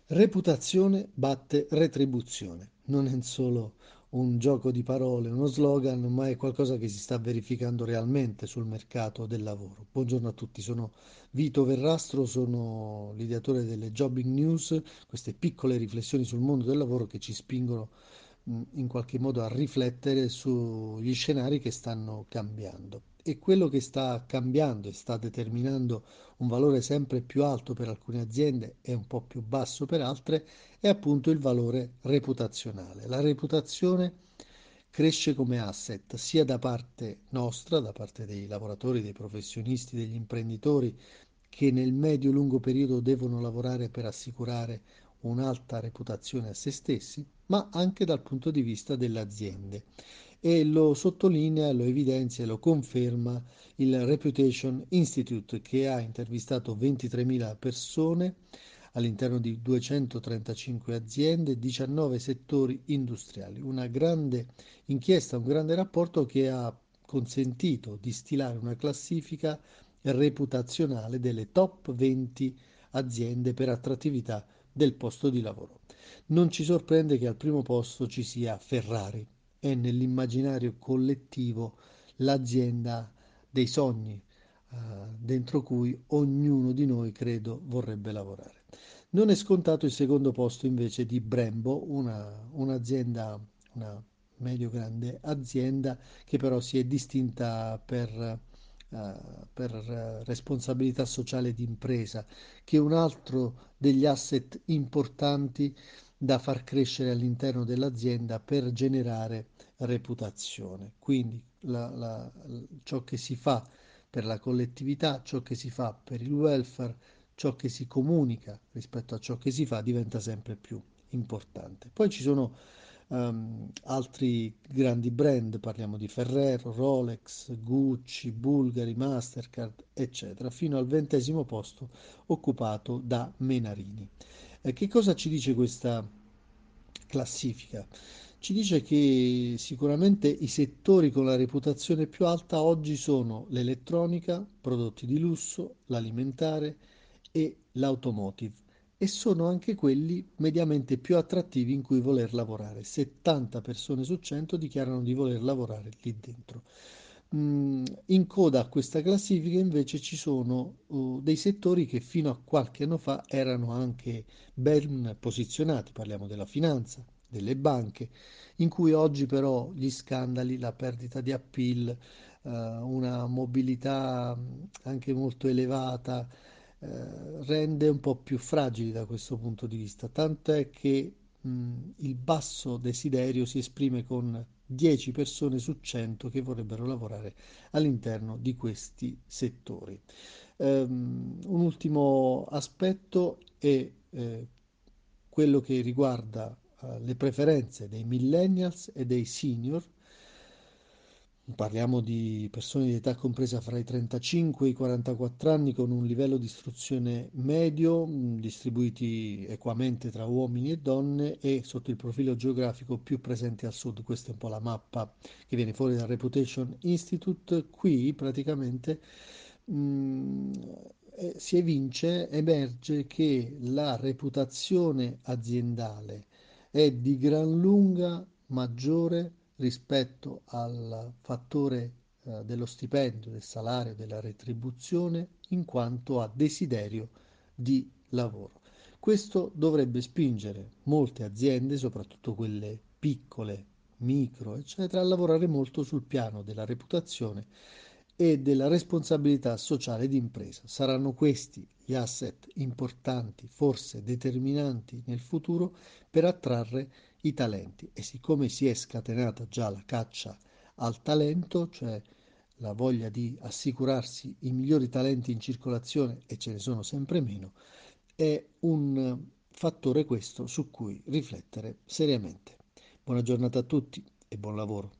Reputazione batte retribuzione. Non è solo un gioco di parole, uno slogan, ma è qualcosa che si sta verificando realmente sul mercato del lavoro. Buongiorno a tutti, sono Vito Verrastro, sono l'ideatore delle Jobbing News, queste piccole riflessioni sul mondo del lavoro che ci spingono in qualche modo a riflettere sugli scenari che stanno cambiando. E quello che sta cambiando e sta determinando un valore sempre più alto per alcune aziende e un po' più basso per altre, è appunto il valore reputazionale. La reputazione cresce come asset sia da parte nostra, da parte dei lavoratori, dei professionisti, degli imprenditori che nel medio-lungo periodo devono lavorare per assicurare un'alta reputazione a se stessi, ma anche dal punto di vista delle aziende. E lo sottolinea, lo evidenzia e lo conferma il Reputation Institute, che ha intervistato 23.000 persone all'interno di 235 aziende e 19 settori industriali. Una grande inchiesta, un grande rapporto che ha consentito di stilare una classifica reputazionale delle top 20 aziende per attrattività del posto di lavoro. Non ci sorprende che al primo posto ci sia Ferrari, è nell'immaginario collettivo l'azienda dei sogni, dentro cui ognuno di noi, credo, vorrebbe lavorare. Non è scontato il secondo posto invece di Brembo, un'azienda, una medio-grande azienda che però si è distinta per responsabilità sociale d'impresa, che è un altro degli asset importanti da far crescere all'interno dell'azienda per generare reputazione. Quindi ciò che si fa per la collettività, ciò che si fa per il welfare, ciò che si comunica rispetto a ciò che si fa diventa sempre più importante. Poi ci sono altri grandi brand, parliamo di Ferrero, Rolex, Gucci, Bulgari, Mastercard, eccetera, fino al 20° posto occupato da Menarini. Che cosa ci dice questa classifica? Ci dice che sicuramente i settori con la reputazione più alta oggi sono l'elettronica, prodotti di lusso, l'alimentare e l'automotive e sono anche quelli mediamente più attrattivi in cui voler lavorare. 70 persone su 100 dichiarano di voler lavorare lì dentro. In coda a questa classifica invece ci sono dei settori che fino a qualche anno fa erano anche ben posizionati, parliamo della finanza, delle banche, in cui oggi però gli scandali, la perdita di appeal, una mobilità anche molto elevata, rende un po' più fragili da questo punto di vista, tanto è che il basso desiderio si esprime con 10 persone su 100 che vorrebbero lavorare all'interno di questi settori. Un ultimo aspetto è quello che riguarda le preferenze dei millennials e dei senior. Parliamo di persone di età compresa fra i 35 e i 44 anni con un livello di istruzione medio, distribuiti equamente tra uomini e donne e sotto il profilo geografico più presenti al sud. Questa è un po' la mappa che viene fuori dal Reputation Institute. Qui praticamente mh, si evince, emerge che la reputazione aziendale è di gran lunga maggiore rispetto al fattore dello stipendio, del salario, della retribuzione in quanto a desiderio di lavoro. Questo dovrebbe spingere molte aziende, soprattutto quelle piccole, micro, eccetera, a lavorare molto sul piano della reputazione e della responsabilità sociale d'impresa. Saranno questi gli asset importanti, forse determinanti nel futuro per attrarre i talenti e siccome si è scatenata già la caccia al talento, cioè la voglia di assicurarsi i migliori talenti in circolazione e ce ne sono sempre meno, è un fattore questo su cui riflettere seriamente. Buona giornata a tutti e buon lavoro.